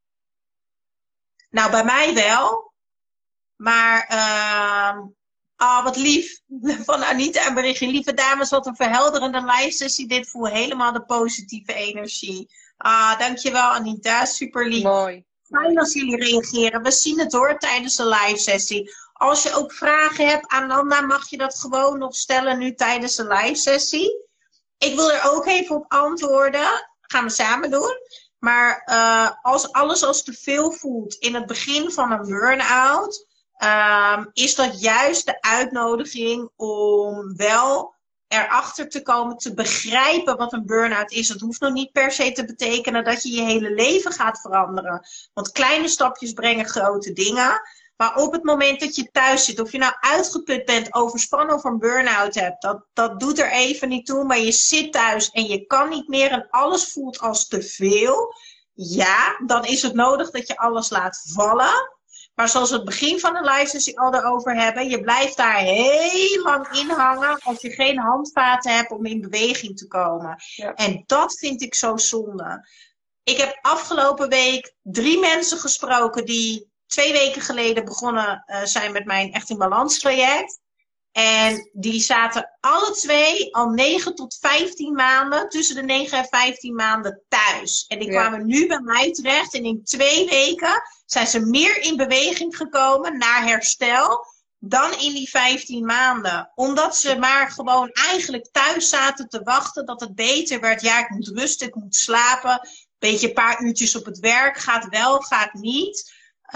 Nou, bij mij wel. Maar, wat lief van Anita en berichtje. Lieve dames, wat een verhelderende live sessie. Dit voel helemaal de positieve energie. Dankjewel Anita, super lief. Mooi. Fijn als jullie reageren. We zien het hoor tijdens de live sessie. Als je ook vragen hebt aan Nanda, mag je dat gewoon nog stellen nu tijdens de live sessie. Ik wil er ook even op antwoorden. Gaan we samen doen. Maar als alles als te veel voelt in het begin van een burn-out, is dat juist de uitnodiging om wel erachter te komen, te begrijpen wat een burn-out is. Het hoeft nog niet per se te betekenen dat je je hele leven gaat veranderen. Want kleine stapjes brengen grote dingen. Maar op het moment dat je thuis zit, of je nou uitgeput bent, overspannen of een burn-out hebt, dat doet er even niet toe. Maar je zit thuis en je kan niet meer en alles voelt als te veel. Ja, dan is het nodig dat je alles laat vallen. Maar zoals we het begin van de live sessie al erover hebben, je blijft daar heel lang in hangen als je geen handvaten hebt om in beweging te komen. Ja. En dat vind ik zo zonde. Ik heb afgelopen week 3 mensen gesproken die 2 weken geleden begonnen zijn met mijn Echt in Balans traject. En die zaten alle 2 al 9 tot 15 maanden, tussen de 9 en 15 maanden thuis. En die kwamen nu bij mij terecht en in 2 weken zijn ze meer in beweging gekomen naar herstel dan in die 15 maanden. Omdat ze maar gewoon eigenlijk thuis zaten te wachten dat het beter werd. Ja, ik moet rusten, ik moet slapen. Beetje een paar uurtjes op het werk. Gaat wel, gaat niet.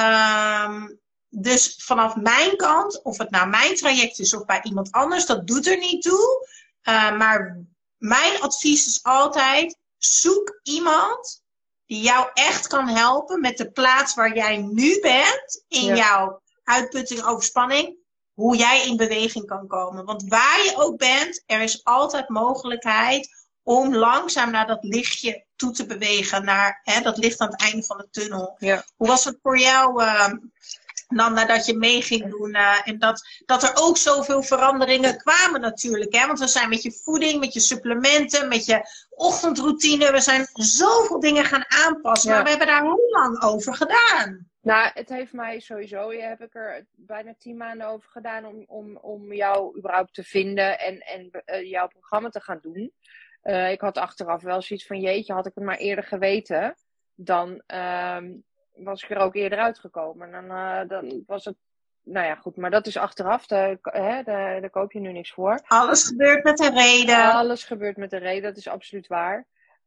Dus vanaf mijn kant, of het nou mijn traject is of bij iemand anders, dat doet er niet toe. Maar mijn advies is altijd, zoek iemand die jou echt kan helpen met de plaats waar jij nu bent in jouw uitputting, overspanning, hoe jij in beweging kan komen. Want waar je ook bent, er is altijd mogelijkheid om langzaam naar dat lichtje toe te bewegen, naar dat licht aan het einde van de tunnel. Ja. Hoe was het voor jou, Nanda, dat je mee ging doen en dat er ook zoveel veranderingen kwamen natuurlijk. Hè? Want we zijn met je voeding, met je supplementen, met je ochtendroutine, we zijn zoveel dingen gaan aanpassen. Maar we hebben daar heel lang over gedaan. Nou, het heeft mij sowieso, heb ik er bijna 10 maanden over gedaan om jou überhaupt te vinden en jouw programma te gaan doen. Ik had achteraf wel zoiets van, jeetje, had ik het maar eerder geweten, dan was ik er ook eerder uitgekomen. Dan was het, nou ja, goed, maar dat is achteraf, daar koop je nu niks voor. Alles gebeurt met een reden. Alles gebeurt met een reden, dat is absoluut waar.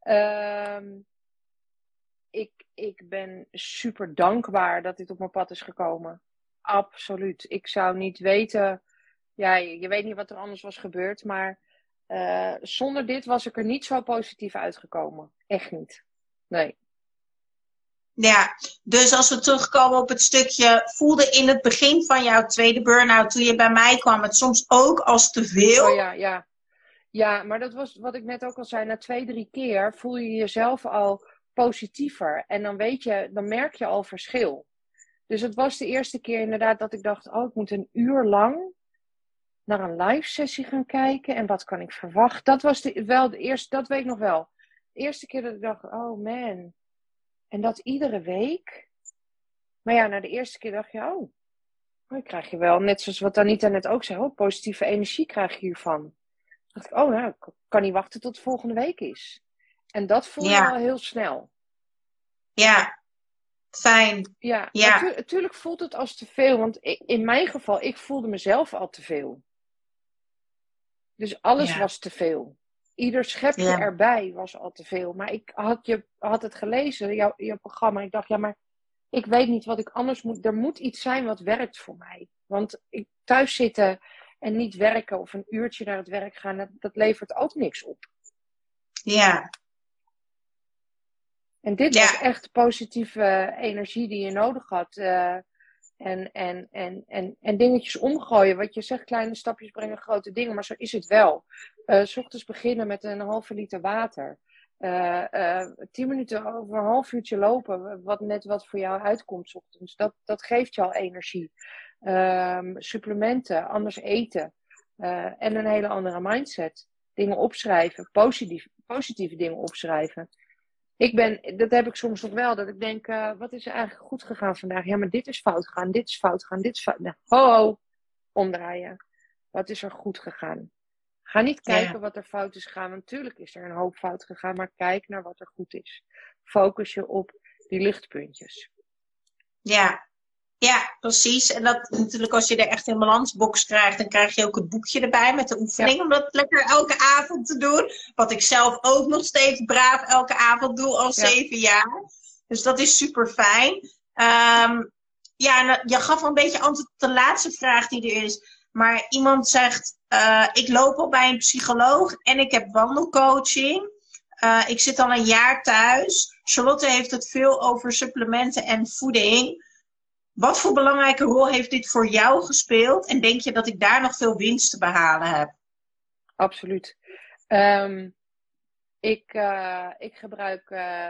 Ik ben super dankbaar dat dit op mijn pad is gekomen. Absoluut. Ik zou niet weten, ja, je weet niet wat er anders was gebeurd, maar zonder dit was ik er niet zo positief uitgekomen. Echt niet. Nee. Ja, dus als we terugkomen op het stukje, voelde in het begin van jouw tweede burn-out, toen je bij mij kwam, het soms ook als te veel? Oh ja. Ja, maar dat was wat ik net ook al zei, na 2-3 keer voel je jezelf al positiever. En dan merk je al verschil. Dus het was de eerste keer inderdaad dat ik dacht, ik moet een uur lang naar een live sessie gaan kijken. En wat kan ik verwachten? Dat was wel de eerste, dat weet ik nog wel. De eerste keer dat ik dacht, oh man. En dat iedere week. Maar ja, na de eerste keer dacht je, dan krijg je wel, net zoals wat Anita net ook zei, positieve energie krijg je hiervan. Dan dacht ik, nou, ik kan niet wachten tot het volgende week is. En dat voel je al heel snel. Ja, fijn. Ja, natuurlijk voelt het als te veel. Want in mijn geval, ik voelde mezelf al te veel. Dus alles was te veel. Ieder schepje erbij was al te veel. Maar ik had het gelezen, jouw programma. Ik dacht, maar ik weet niet wat ik anders moet. Er moet iets zijn wat werkt voor mij. Want thuis zitten en niet werken of een uurtje naar het werk gaan, dat levert ook niks op. Ja. En dit was echt positieve energie die je nodig had. En dingetjes omgooien. Wat je zegt, kleine stapjes brengen grote dingen. Maar zo is het wel. 's Ochtends beginnen met een halve liter water. 10 minuten over een half uurtje lopen. Wat voor jou uitkomt 's ochtends. Dat geeft je al energie. Supplementen, anders eten. En een hele andere mindset. Dingen opschrijven. Positieve dingen opschrijven. Dat heb ik soms nog wel, dat ik denk, wat is er eigenlijk goed gegaan vandaag? Ja, maar dit is fout gegaan, dit is fout gegaan, dit is fout. Nou, omdraaien. Wat is er goed gegaan? Ga niet kijken wat er fout is gegaan, want natuurlijk is er een hoop fout gegaan, maar kijk naar wat er goed is. Focus je op die lichtpuntjes. Ja, precies. En dat natuurlijk als je de echt in balansbox krijgt, dan krijg je ook het boekje erbij met de oefening. Om dat lekker elke avond te doen. Wat ik zelf ook nog steeds braaf elke avond doe al 7 jaar. Dus dat is super fijn. En je gaf al een beetje antwoord op de laatste vraag die er is. Maar iemand zegt, ik loop al bij een psycholoog en ik heb wandelcoaching. Ik zit al een jaar thuis. Charlotte heeft het veel over supplementen en voeding. Wat voor belangrijke rol heeft dit voor jou gespeeld? En denk je dat ik daar nog veel winst te behalen heb? Absoluut. Ik gebruik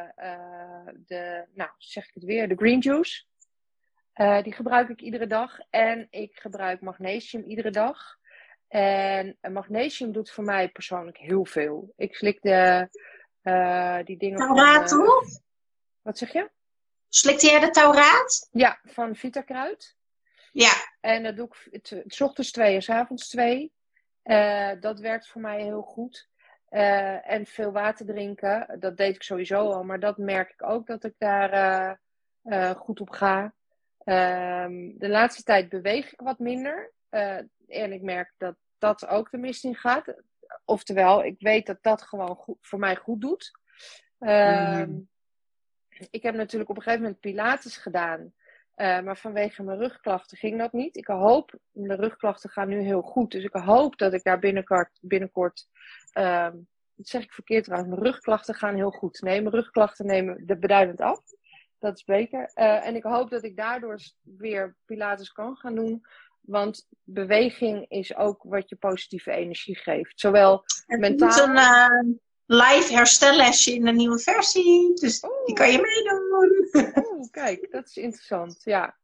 de green juice. Die gebruik ik iedere dag. En ik gebruik magnesium iedere dag. En magnesium doet voor mij persoonlijk heel veel. Ik slik die dingen Tauraat, toch? Wat zeg je? Slikte jij de tauraat? Ja, van Vitakruid. Ja. En dat doe ik 's ochtends 2 en 's avonds 2. Dat werkt voor mij heel goed. En veel water drinken. Dat deed ik sowieso al. Maar dat merk ik ook dat ik daar goed op ga. De laatste tijd beweeg ik wat minder. En ik merk dat dat ook de mist in gaat. Oftewel, ik weet dat dat gewoon voor mij goed doet. Ik heb natuurlijk op een gegeven moment Pilates gedaan. Maar vanwege mijn rugklachten ging dat niet. De rugklachten gaan nu heel goed. Dus ik hoop dat ik daar binnenkort dat zeg ik verkeerd trouwens. Mijn rugklachten gaan heel goed. Nee, mijn rugklachten nemen beduidend af. Dat is beter. En ik hoop dat ik daardoor weer Pilates kan gaan doen. Want beweging is ook wat je positieve energie geeft. Zowel mentaal... een live herstellesje in de nieuwe versie. Dus die kan je meedoen. Kijk, dat is interessant. Ja.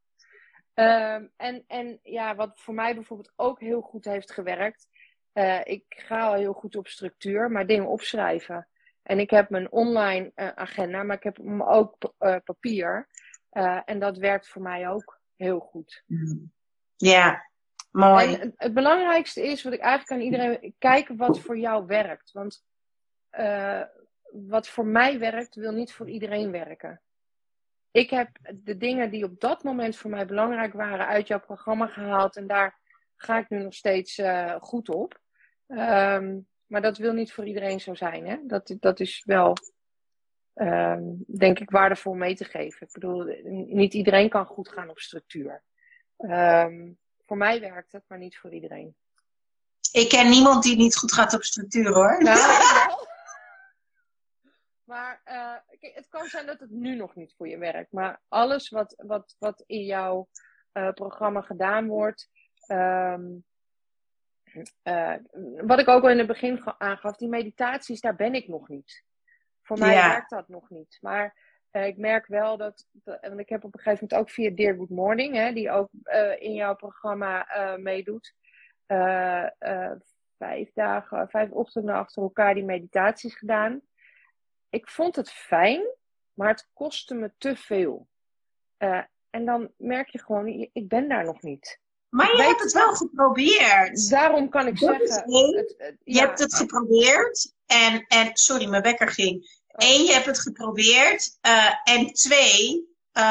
En wat voor mij bijvoorbeeld ook heel goed heeft gewerkt. Ik ga al heel goed op structuur, maar dingen opschrijven. En ik heb mijn online agenda, maar ik heb hem ook papier. En dat werkt voor mij ook heel goed. Ja, mooi. En het belangrijkste is, wat ik eigenlijk aan iedereen... Kijken wat voor jou werkt. Want wat voor mij werkt, wil niet voor iedereen werken. Ik heb de dingen die op dat moment voor mij belangrijk waren uit jouw programma gehaald. En daar ga ik nu nog steeds goed op. Maar dat wil niet voor iedereen zo zijn. Hè? Dat is wel, denk ik, waardevol mee te geven. Ik bedoel, niet iedereen kan goed gaan op structuur. Voor mij werkt het, maar niet voor iedereen. Ik ken niemand die niet goed gaat op structuur, hoor. Nou, maar kijk, het kan zijn dat het nu nog niet voor je werkt. Maar alles wat in jouw programma gedaan wordt... wat ik ook al in het begin aangaf, die meditaties, daar ben ik nog niet. Voor mij Ja. werkt dat nog niet. Maar ik merk wel want ik heb op een gegeven moment ook via Dear Good Morning, hè, die ook in jouw programma meedoet, 5 ochtenden achter elkaar die meditaties gedaan. Ik vond het fijn, maar het kostte me te veel. En dan merk je gewoon, ik ben daar nog niet. Maar je hebt het wel geprobeerd. Daarom kan ik Dat is zeggen... één. Je hebt het geprobeerd. En sorry, mijn wekker ging. 1, je hebt het geprobeerd. En 2,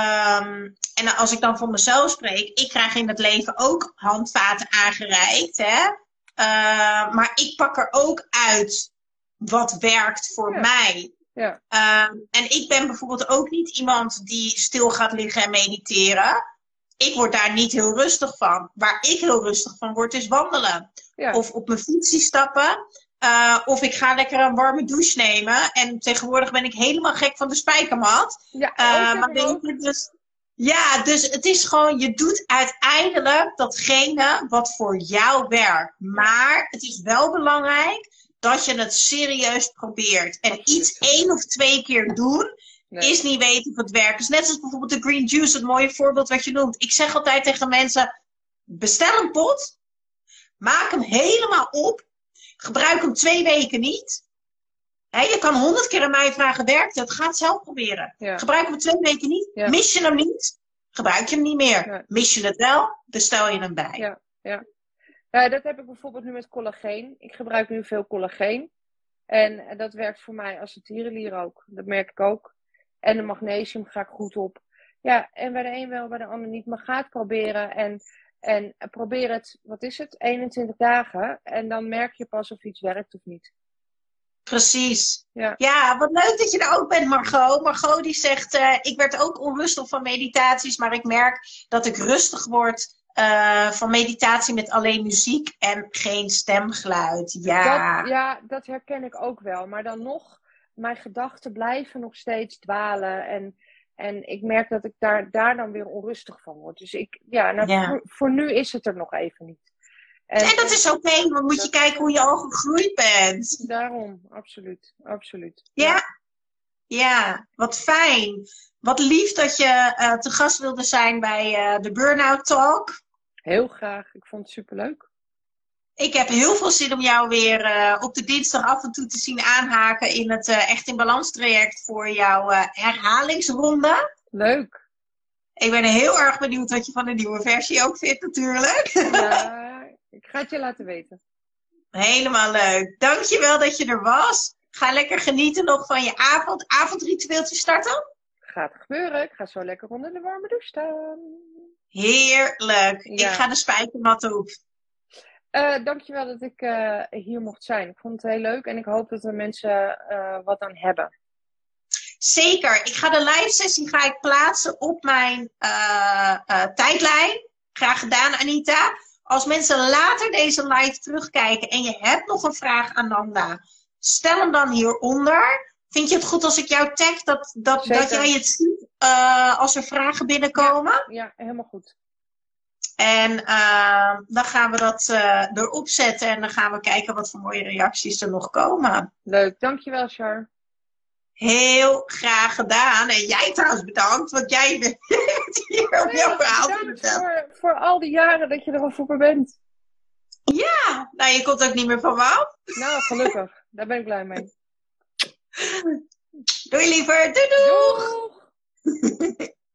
en als ik dan voor mezelf spreek, ik krijg in het leven ook handvaten aangereikt. Hè? Maar ik pak er ook uit wat werkt voor mij. Ja. En ik ben bijvoorbeeld ook niet iemand die stil gaat liggen en mediteren. Ik word daar niet heel rustig van. Waar ik heel rustig van word, is wandelen. Ja. Of op mijn fietsie stappen. Of ik ga lekker een warme douche nemen. En tegenwoordig ben ik helemaal gek van de spijkermat. Ja, Maar weet je, dus het is gewoon, je doet uiteindelijk datgene wat voor jou werkt. Maar het is wel belangrijk dat je het serieus probeert. En iets 1 of 2 keer doen, is niet weten of het werkt. Dus net als bijvoorbeeld de green juice, het mooie voorbeeld wat je noemt. Ik zeg altijd tegen mensen, bestel een pot, maak hem helemaal op, gebruik hem 2 weken niet. Je kan 100 keer aan mij vragen, werkt het? Ga het zelf proberen. Ja. Gebruik hem 2 weken niet, mis je hem niet, gebruik je hem niet meer. Ja. Mis je het wel, bestel je hem bij. Ja, dat heb ik bijvoorbeeld nu met collageen. Ik gebruik nu veel collageen. En dat werkt voor mij als een tierenlier ook. Dat merk ik ook. En de magnesium ga ik goed op. Ja, en bij de een wel, bij de ander niet. Maar ga het proberen. En probeer het, 21 dagen. En dan merk je pas of iets werkt of niet. Precies. Ja. Ja, wat leuk dat je er ook bent, Margot. Margot die zegt, ik werd ook onrustig van meditaties. Maar ik merk dat ik rustig word van meditatie met alleen muziek en geen stemgeluid. Ja. Dat herken ik ook wel. Maar dan nog, mijn gedachten blijven nog steeds dwalen. En ik merk dat ik daar dan weer onrustig van word. Dus voor nu is het er nog even niet. En dat is oké, want moet je kijken hoe je al gegroeid bent. Daarom, absoluut. Ja, wat fijn. Wat lief dat je te gast wilde zijn bij de Burnout Talk. Heel graag, ik vond het superleuk. Ik heb heel veel zin om jou weer op de dinsdag af en toe te zien aanhaken in het Echt in Balans traject voor jouw herhalingsronde. Leuk. Ik ben heel erg benieuwd wat je van de nieuwe versie ook vindt natuurlijk. Ja, ik ga het je laten weten. Helemaal leuk. Dankjewel dat je er was. Ga lekker genieten nog van je avondritueeltje starten. Gaat gebeuren. Ik ga zo lekker onder de warme douche staan. Heerlijk. Ja. Ik ga de spijkermat op. Dankjewel dat ik hier mocht zijn. Ik vond het heel leuk en ik hoop dat er mensen wat aan hebben. Zeker. Ik ga de live sessie plaatsen op mijn tijdlijn. Graag gedaan, Anita. Als mensen later deze live terugkijken en je hebt nog een vraag aan Nanda, stel hem dan hieronder. Vind je het goed als ik jou tag dat jij het ziet als er vragen binnenkomen? Ja, helemaal goed. En dan gaan we dat erop zetten en dan gaan we kijken wat voor mooie reacties er nog komen. Leuk, dankjewel Char. Heel graag gedaan. En jij trouwens bedankt, want jij bent hier op jouw verhaal te vertellen. Voor al die jaren dat je er al voor me bent. Ja, nou je komt ook niet meer van me af. Nou, gelukkig. Daar ben ik blij mee. Doei liever. Doei doeg! Doeg!